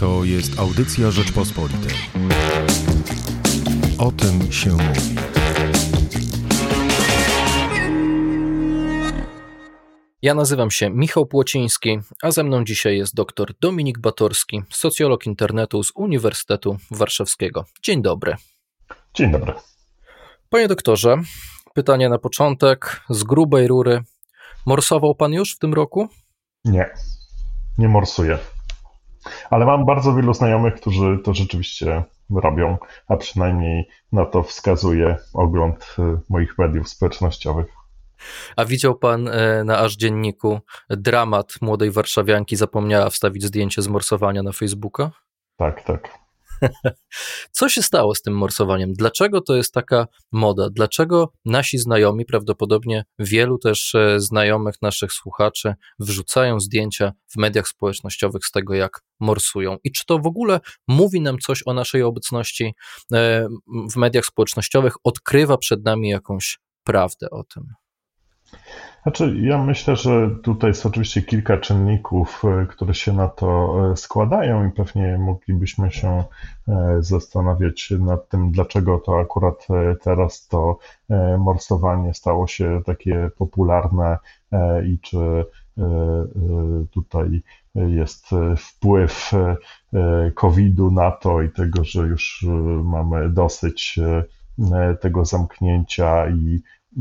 To jest audycja Rzeczpospolitej. O tym się mówi. Ja nazywam się Michał Płociński, a ze mną dzisiaj jest dr Dominik Batorski, socjolog internetu z Uniwersytetu Warszawskiego. Dzień dobry. Dzień dobry. Panie doktorze, pytanie na początek, z grubej rury. Morsował pan już w tym roku? Nie morsuję. Ale mam bardzo wielu znajomych, którzy to rzeczywiście robią, a przynajmniej na to wskazuje ogląd moich mediów społecznościowych. A widział pan na Aż Dzienniku dramat młodej warszawianki, zapomniała wstawić zdjęcie z morsowania na Facebooka? Tak. Co się stało z tym morsowaniem? Dlaczego to jest taka moda? Dlaczego nasi znajomi, prawdopodobnie wielu też znajomych naszych słuchaczy, wrzucają zdjęcia w mediach społecznościowych z tego, jak morsują? I czy to w ogóle mówi nam coś o naszej obecności w mediach społecznościowych? Odkrywa przed nami jakąś prawdę o tym? Znaczy, ja myślę, że tutaj jest oczywiście kilka czynników, które się na to składają i pewnie moglibyśmy się zastanawiać nad tym, dlaczego to akurat teraz to morsowanie stało się takie popularne i czy tutaj jest wpływ COVID-u na to i tego, że już mamy dosyć tego zamknięcia i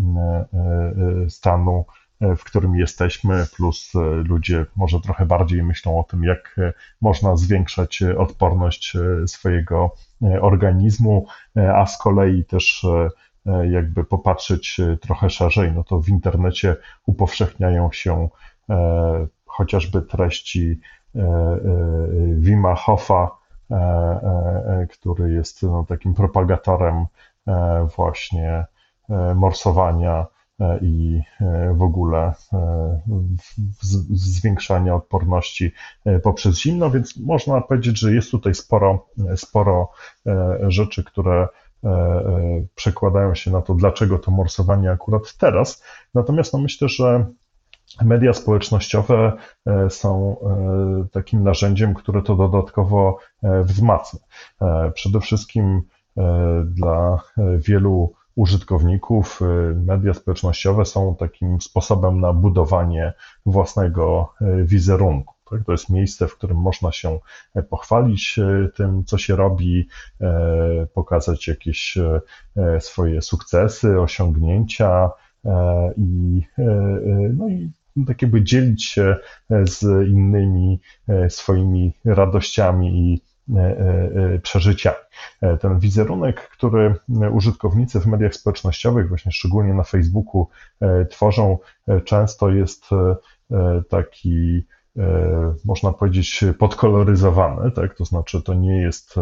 stanu, w którym jesteśmy, plus ludzie może trochę bardziej myślą o tym, jak można zwiększać odporność swojego organizmu, a z kolei też jakby popatrzeć trochę szerzej, no to w internecie upowszechniają się chociażby treści Wima Hofa, który jest takim propagatorem właśnie morsowania i w ogóle zwiększania odporności poprzez zimno, więc można powiedzieć, że jest tutaj sporo rzeczy, które przekładają się na to, dlaczego to morsowanie akurat teraz. Natomiast myślę, że media społecznościowe są takim narzędziem, które to dodatkowo wzmacnia. Przede wszystkim dla wielu użytkowników media społecznościowe są takim sposobem na budowanie własnego wizerunku. Tak? To jest miejsce, w którym można się pochwalić tym, co się robi, pokazać jakieś swoje sukcesy, osiągnięcia i tak jakby dzielić się z innymi swoimi radościami i przeżyciami. Ten wizerunek, który użytkownicy w mediach społecznościowych, właśnie szczególnie na Facebooku, tworzą, często jest taki, można powiedzieć, podkoloryzowany, tak? To znaczy, to nie jest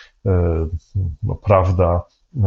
prawda,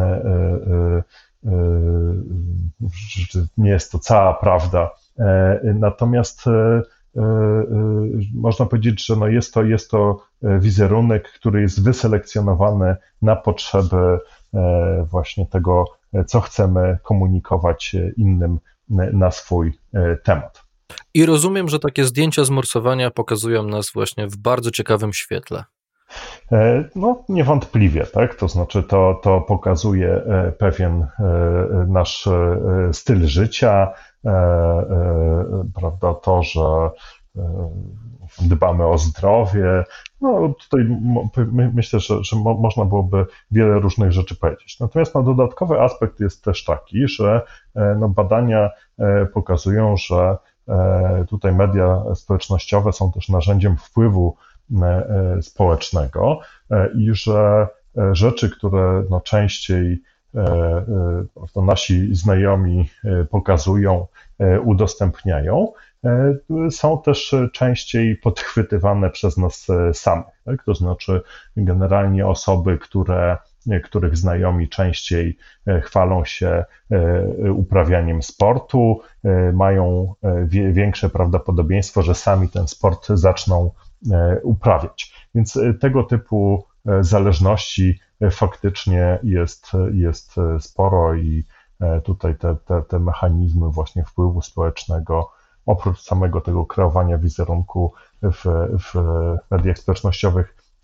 nie jest to cała prawda, natomiast można powiedzieć, że jest to wizerunek, który jest wyselekcjonowany na potrzeby właśnie tego, co chcemy komunikować innym na swój temat. I rozumiem, że takie zdjęcia z morsowania pokazują nas właśnie w bardzo ciekawym świetle. Niewątpliwie, tak? To znaczy to pokazuje pewien nasz styl życia, prawda, to, że dbamy o zdrowie. Tutaj myślę, że można byłoby wiele różnych rzeczy powiedzieć. Natomiast dodatkowy aspekt jest też taki, że badania pokazują, że tutaj media społecznościowe są też narzędziem wpływu społecznego i że rzeczy, które częściej to nasi znajomi pokazują, udostępniają, są też częściej podchwytywane przez nas samych. Tak? To znaczy generalnie osoby, których znajomi częściej chwalą się uprawianiem sportu, mają większe prawdopodobieństwo, że sami ten sport zaczną uprawiać. Więc tego typu zależności faktycznie jest sporo i tutaj te mechanizmy właśnie wpływu społecznego, oprócz samego tego kreowania wizerunku w mediach społecznościowych,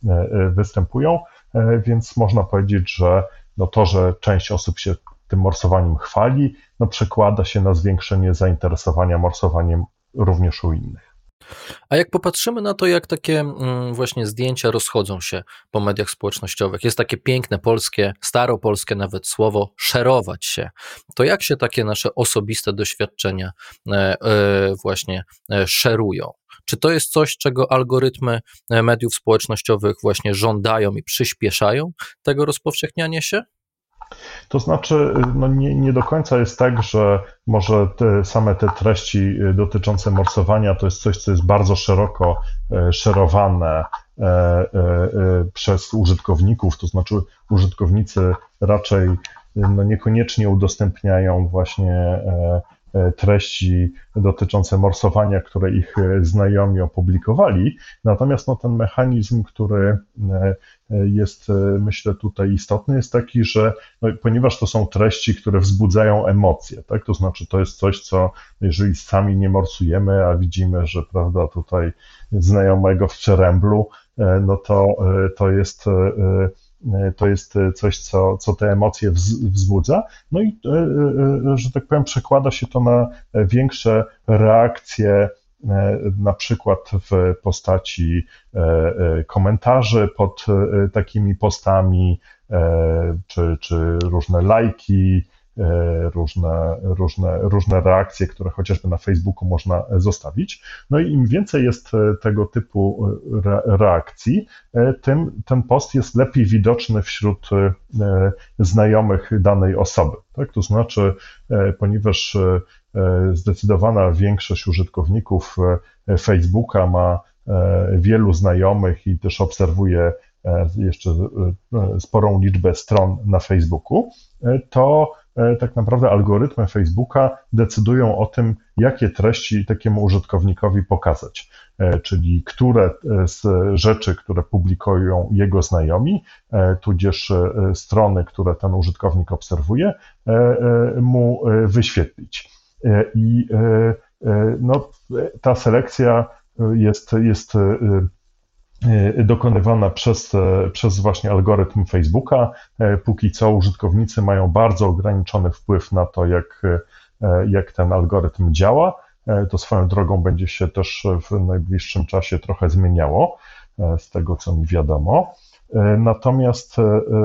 występują, więc można powiedzieć, że no to, że część osób się tym morsowaniem chwali, no przekłada się na zwiększenie zainteresowania morsowaniem również u innych. A jak popatrzymy na to, jak takie właśnie zdjęcia rozchodzą się po mediach społecznościowych, jest takie piękne polskie, staropolskie nawet słowo szerować się, to jak się takie nasze osobiste doświadczenia właśnie szerują? Czy to jest coś, czego algorytmy mediów społecznościowych właśnie żądają i przyspieszają tego rozpowszechniania się? To znaczy, no nie do końca jest tak, że może same te treści dotyczące morsowania to jest coś, co jest bardzo szeroko szerowane przez użytkowników, to znaczy użytkownicy raczej no niekoniecznie udostępniają właśnie treści dotyczące morsowania, które ich znajomi opublikowali. Natomiast no, ten mechanizm, który jest, myślę, tutaj istotny, jest taki, że no, ponieważ to są treści, które wzbudzają emocje, tak? To znaczy to jest coś, co jeżeli sami nie morsujemy, a widzimy, że prawda, tutaj znajomego w przeręblu, no to jest coś, co te emocje wzbudza. No i, że tak powiem, przekłada się to na większe reakcje, na przykład w postaci komentarzy pod takimi postami, czy różne lajki, różne reakcje, które chociażby na Facebooku można zostawić. No i im więcej jest tego typu reakcji, tym ten post jest lepiej widoczny wśród znajomych danej osoby. Tak? To znaczy, ponieważ zdecydowana większość użytkowników Facebooka ma wielu znajomych i też obserwuje jeszcze sporą liczbę stron na Facebooku, to tak naprawdę algorytmy Facebooka decydują o tym, jakie treści takiemu użytkownikowi pokazać, czyli które z rzeczy, które publikują jego znajomi, tudzież strony, które ten użytkownik obserwuje, mu wyświetlić. I no, ta selekcja jest dokonywana przez właśnie algorytm Facebooka. Póki co użytkownicy mają bardzo ograniczony wpływ na to, jak ten algorytm działa. To swoją drogą będzie się też w najbliższym czasie trochę zmieniało, z tego co mi wiadomo. Natomiast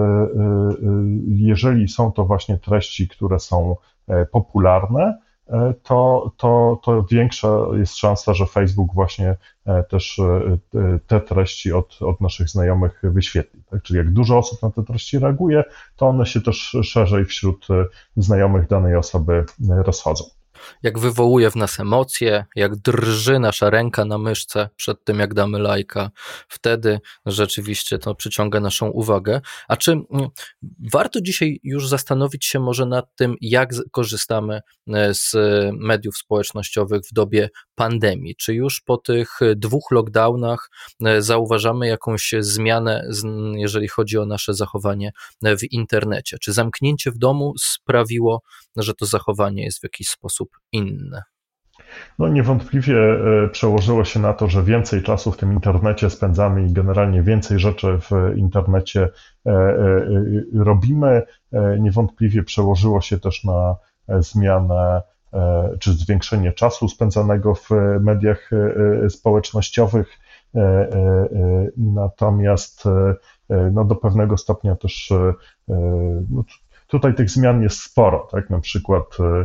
jeżeli są to właśnie treści, które są popularne, to większa jest szansa, że Facebook właśnie też te treści od naszych znajomych wyświetli. Tak? Czyli jak dużo osób na te treści reaguje, to one się też szerzej wśród znajomych danej osoby rozchodzą. Jak wywołuje w nas emocje, jak drży nasza ręka na myszce przed tym, jak damy lajka, wtedy rzeczywiście to przyciąga naszą uwagę. A czy warto dzisiaj już zastanowić się może nad tym, jak korzystamy z mediów społecznościowych w dobie pandemii? Czy już po tych 2 lockdownach zauważamy jakąś zmianę, jeżeli chodzi o nasze zachowanie w internecie? Czy zamknięcie w domu sprawiło, że to zachowanie jest w jakiś sposób inne? No niewątpliwie przełożyło się na to, że więcej czasu w tym internecie spędzamy i generalnie więcej rzeczy w internecie robimy. Niewątpliwie przełożyło się też na zmianę czy zwiększenie czasu spędzanego w mediach społecznościowych. Natomiast no, do pewnego stopnia też no, tutaj tych zmian jest sporo, tak? Na przykład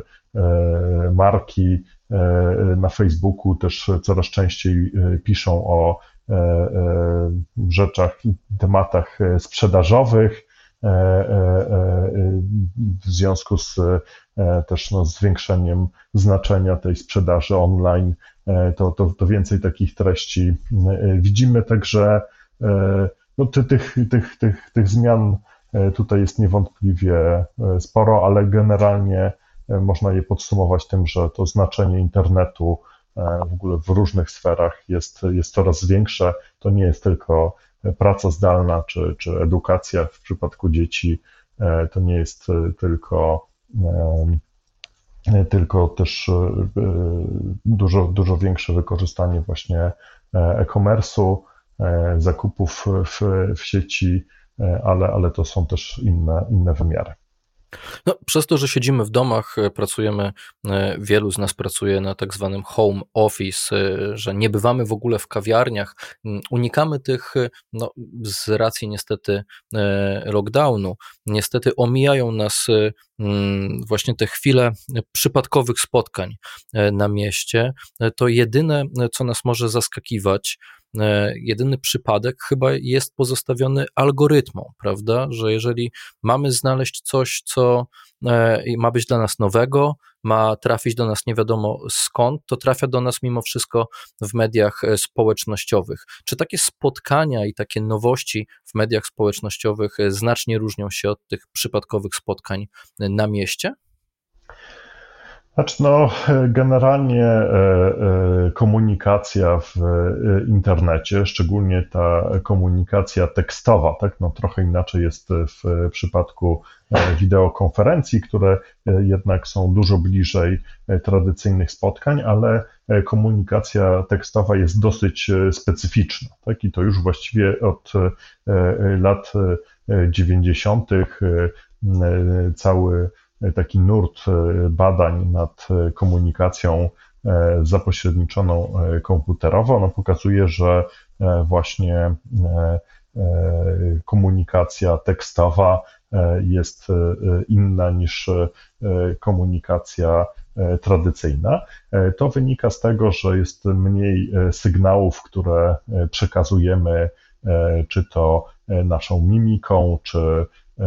marki na Facebooku też coraz częściej piszą o rzeczach, tematach sprzedażowych, w związku z też no, zwiększeniem znaczenia tej sprzedaży online, to więcej takich treści widzimy, także no, tych zmian tutaj jest niewątpliwie sporo, ale generalnie można je podsumować tym, że to znaczenie internetu w ogóle w różnych sferach jest coraz większe. To nie jest tylko praca zdalna czy edukacja w przypadku dzieci, to nie jest tylko też dużo większe wykorzystanie właśnie e-commerce'u. zakupów w sieci, ale to są też inne wymiary. No, przez to, że siedzimy w domach, pracujemy, wielu z nas pracuje na tak zwanym home office, że nie bywamy w ogóle w kawiarniach, unikamy tych, no, z racji niestety lockdownu, niestety omijają nas właśnie te chwile przypadkowych spotkań na mieście. To jedyne, co nas może zaskakiwać, jedyny przypadek chyba jest pozostawiony algorytmom, prawda, że jeżeli mamy znaleźć coś, co ma być dla nas nowego, ma trafić do nas nie wiadomo skąd, to trafia do nas mimo wszystko w mediach społecznościowych. Czy takie spotkania i takie nowości w mediach społecznościowych znacznie różnią się od tych przypadkowych spotkań na mieście? Znaczy, generalnie komunikacja w internecie, szczególnie ta komunikacja tekstowa, tak, trochę inaczej jest w przypadku wideokonferencji, które jednak są dużo bliżej tradycyjnych spotkań, ale komunikacja tekstowa jest dosyć specyficzna, tak, i to już właściwie od lat 90. cały taki nurt badań nad komunikacją zapośredniczoną komputerowo, pokazuje, że właśnie komunikacja tekstowa jest inna niż komunikacja tradycyjna. To wynika z tego, że jest mniej sygnałów, które przekazujemy, czy to naszą mimiką, czy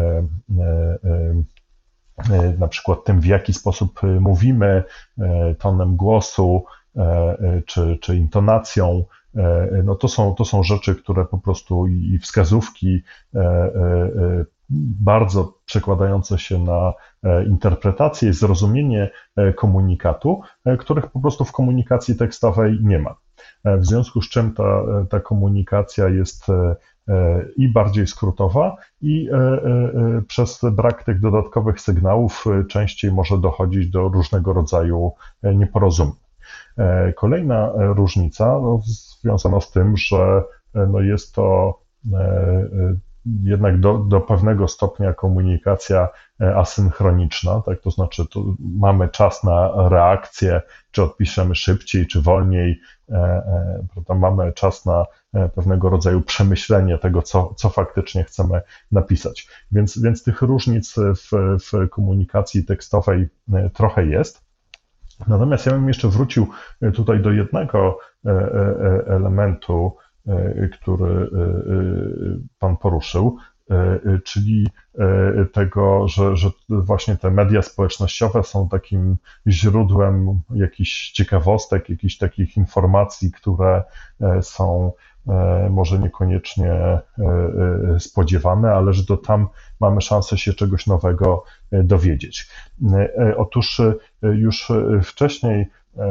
na przykład tym, w jaki sposób mówimy, tonem głosu, czy intonacją. To są rzeczy, które po prostu i wskazówki bardzo przekładające się na interpretację i zrozumienie komunikatu, których po prostu w komunikacji tekstowej nie ma. W związku z czym ta komunikacja jest i bardziej skrótowa, i przez brak tych dodatkowych sygnałów częściej może dochodzić do różnego rodzaju nieporozumień. Kolejna różnica związana z tym, że jest to jednak do pewnego stopnia komunikacja asynchroniczna, tak, to znaczy mamy czas na reakcję, czy odpiszemy szybciej, czy wolniej, prawda? Mamy czas na pewnego rodzaju przemyślenie tego, co faktycznie chcemy napisać. Więc tych różnic w komunikacji tekstowej trochę jest. Natomiast ja bym jeszcze wrócił tutaj do jednego elementu, który Pan poruszył, czyli tego, że właśnie te media społecznościowe są takim źródłem jakichś ciekawostek, jakichś takich informacji, które są może niekoniecznie spodziewane, ale że to tam mamy szansę się czegoś nowego dowiedzieć. Otóż już wcześniej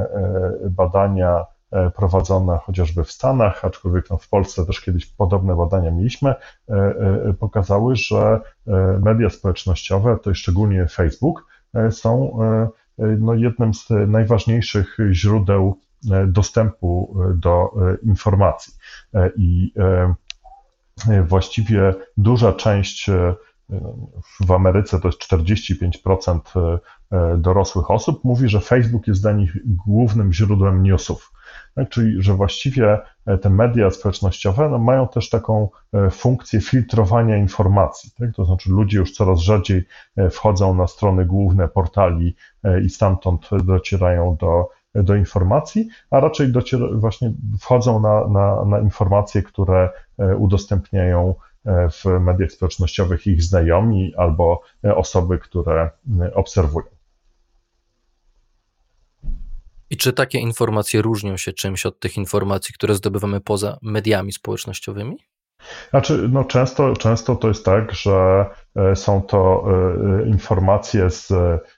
badania prowadzone chociażby w Stanach, aczkolwiek w Polsce też kiedyś podobne badania mieliśmy, pokazały, że media społecznościowe, to szczególnie Facebook, są jednym z najważniejszych źródeł dostępu do informacji. I właściwie duża część, w Ameryce to jest 45% dorosłych osób, mówi, że Facebook jest dla nich głównym źródłem newsów. Tak, czyli, że właściwie te media społecznościowe mają też taką funkcję filtrowania informacji. Tak? To znaczy ludzie już coraz rzadziej wchodzą na strony główne portali i stamtąd docierają do informacji, a raczej właśnie wchodzą na informacje, które udostępniają w mediach społecznościowych ich znajomi albo osoby, które obserwują. I czy takie informacje różnią się czymś od tych informacji, które zdobywamy poza mediami społecznościowymi? Znaczy, często to jest tak, że są to informacje z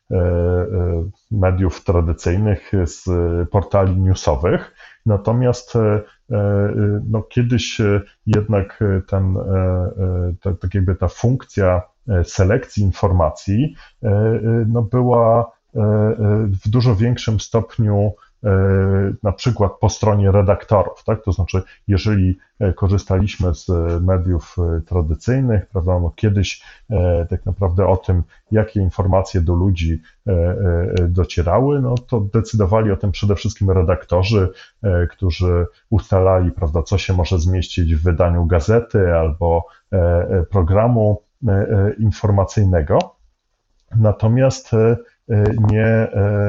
mediów tradycyjnych, z portali newsowych, natomiast kiedyś jednak tak jakby ta funkcja selekcji informacji była w dużo większym stopniu na przykład po stronie redaktorów, tak? To znaczy, jeżeli korzystaliśmy z mediów tradycyjnych, prawda, no kiedyś tak naprawdę o tym, jakie informacje do ludzi docierały, no to decydowali o tym przede wszystkim redaktorzy, którzy ustalali, prawda, co się może zmieścić w wydaniu gazety albo programu informacyjnego. Natomiast nie,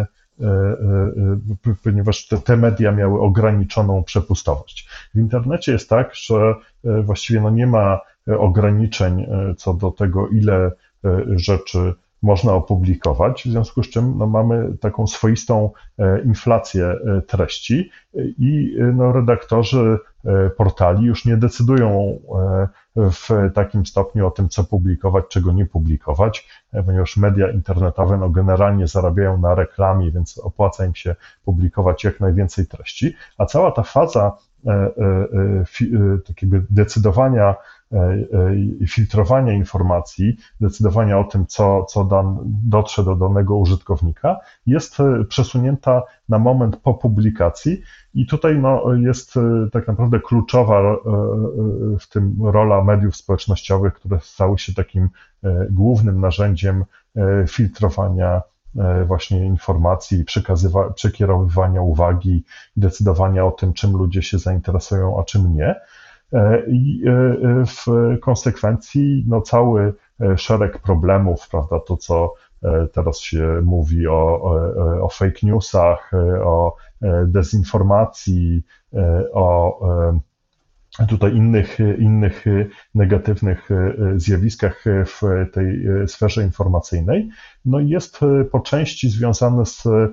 ponieważ te media miały ograniczoną przepustowość. W internecie jest tak, że właściwie no nie ma ograniczeń co do tego, ile rzeczy można opublikować, w związku z czym no, mamy taką swoistą inflację treści i no, redaktorzy portali już nie decydują w takim stopniu o tym, co publikować, czego nie publikować, ponieważ media internetowe no, generalnie zarabiają na reklamie, więc opłaca im się publikować jak najwięcej treści, a cała ta faza takiego decydowania i filtrowania informacji, decydowania o tym, co dotrze do danego użytkownika, jest przesunięta na moment po publikacji i tutaj no, jest tak naprawdę kluczowa w tym rola mediów społecznościowych, które stały się takim głównym narzędziem filtrowania właśnie informacji, przekierowywania uwagi, decydowania o tym, czym ludzie się zainteresują, a czym nie. I w konsekwencji no, cały szereg problemów, prawda, to co teraz się mówi o fake newsach, o dezinformacji, o tutaj innych negatywnych zjawiskach w tej sferze informacyjnej, no jest po części związane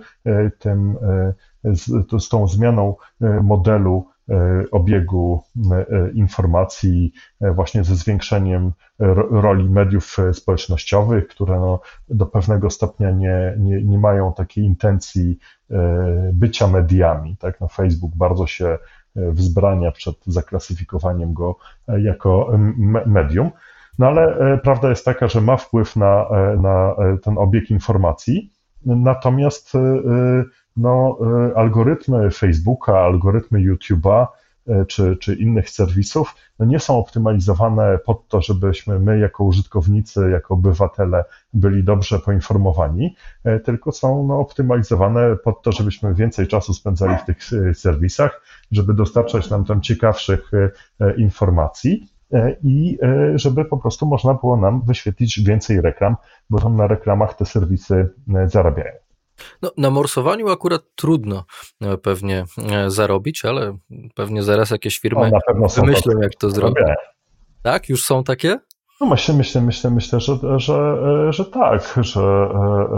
z tą zmianą modelu obiegu informacji, właśnie ze zwiększeniem roli mediów społecznościowych, które no, do pewnego stopnia nie mają takiej intencji bycia mediami. Tak? No, Facebook bardzo się wzbrania przed zaklasyfikowaniem go jako medium, no ale prawda jest taka, że ma wpływ na ten obieg informacji, natomiast no, algorytmy Facebooka, algorytmy YouTube'a czy innych serwisów no nie są optymalizowane pod to, żebyśmy my jako użytkownicy, jako obywatele byli dobrze poinformowani, tylko są no, optymalizowane pod to, żebyśmy więcej czasu spędzali w tych serwisach, żeby dostarczać nam tam ciekawszych informacji i żeby po prostu można było nam wyświetlić więcej reklam, bo tam na reklamach te serwisy zarabiają. No, na morsowaniu akurat trudno pewnie zarobić, ale pewnie zaraz jakieś firmy wymyślą, jak to zrobić. Tak? Już są takie? No myślę, że tak, że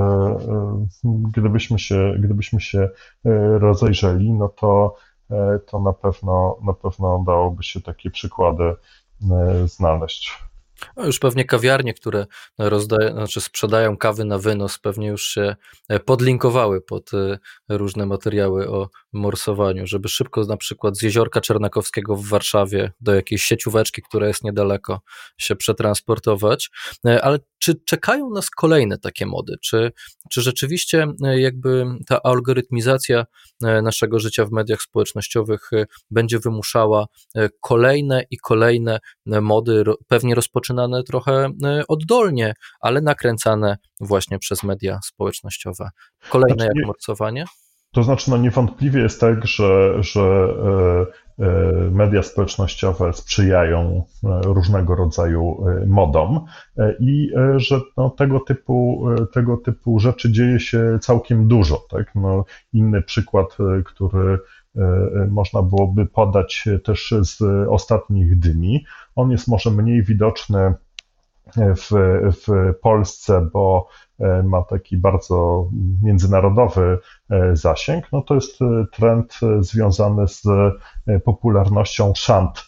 gdybyśmy się rozejrzeli, no to na pewno dałoby się takie przykłady znaleźć. No już pewnie kawiarnie, które sprzedają kawy na wynos, pewnie już się podlinkowały pod różne materiały o morsowaniu, żeby szybko na przykład z Jeziorka Czernakowskiego w Warszawie do jakiejś siecióweczki, która jest niedaleko, się przetransportować. Ale czy czekają nas kolejne takie mody? Czy rzeczywiście jakby ta algorytmizacja naszego życia w mediach społecznościowych będzie wymuszała kolejne i kolejne mody, pewnie rozpoczynane trochę oddolnie, ale nakręcane właśnie przez media społecznościowe. Kolejne jak morsowanie? To znaczy, no niewątpliwie jest tak, że media społecznościowe sprzyjają różnego rodzaju modom i że no, tego typu rzeczy dzieje się całkiem dużo. Tak? No, inny przykład, który można byłoby podać też z ostatnich dni, on jest może mniej widoczny w Polsce, bo ma taki bardzo międzynarodowy zasięg, no to jest trend związany z popularnością szant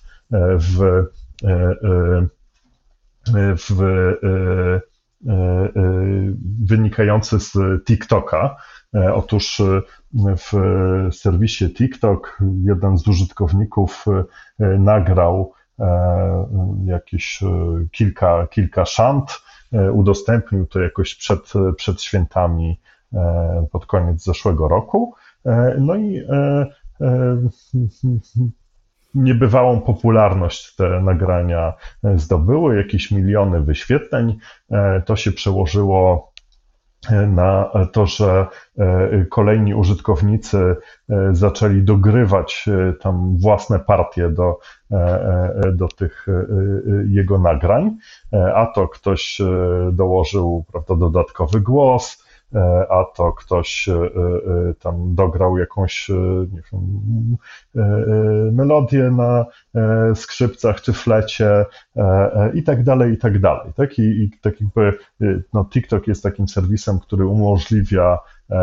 wynikający z TikToka. Otóż w serwisie TikTok jeden z użytkowników nagrał jakieś kilka szant, udostępnił to jakoś przed świętami pod koniec zeszłego roku No i niebywałą popularność te nagrania zdobyły, jakieś miliony wyświetleń. To się przełożyło na to, że kolejni użytkownicy zaczęli dogrywać tam własne partie do tych jego nagrań, a to ktoś dołożył, prawda, dodatkowy głos, a to ktoś tam dograł jakąś, nie wiem, melodię na skrzypcach czy flecie i tak dalej, i tak dalej. Tak? I tak jakby no, TikTok jest takim serwisem, który umożliwia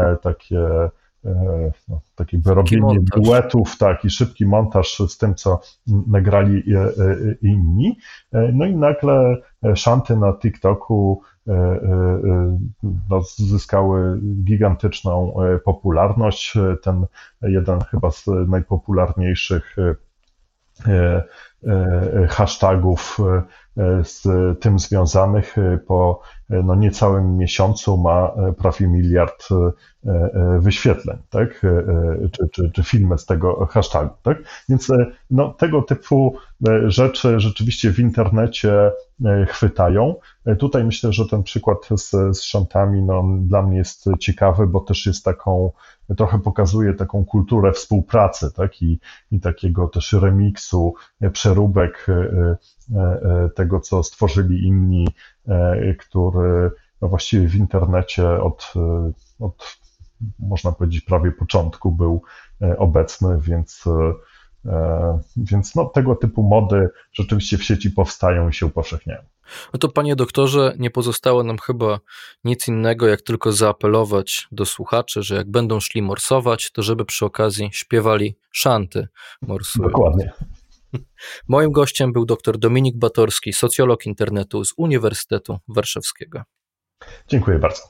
takie jakby robienie duetów, tak, i szybki montaż z tym, co nagrali inni. No i nagle szanty na TikToku no, zyskały gigantyczną popularność. Ten jeden chyba z najpopularniejszych hashtagów z tym związanych po no, niecałym miesiącu ma prawie 1 miliard wyświetleń, tak? Czy filmy z tego hashtagu, tak? Więc no, tego typu rzeczy rzeczywiście w internecie chwytają. Tutaj myślę, że ten przykład z szantami no, dla mnie jest ciekawy, bo też jest trochę pokazuje taką kulturę współpracy, tak? I takiego też remiksu, przeróbek tego, co stworzyli inni, który no właściwie w internecie od można powiedzieć prawie początku był obecny, więc no, tego typu mody rzeczywiście w sieci powstają i się upowszechniają. No to panie doktorze, nie pozostało nam chyba nic innego, jak tylko zaapelować do słuchaczy, że jak będą szli morsować, to żeby przy okazji śpiewali szanty morsując. Dokładnie. Moim gościem był dr Dominik Batorski, socjolog internetu z Uniwersytetu Warszawskiego. Dziękuję bardzo.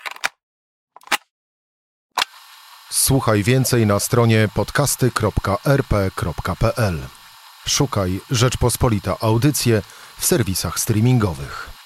Słuchaj więcej na stronie podcasty.rp.pl. Szukaj Rzeczpospolita Audycje w serwisach streamingowych.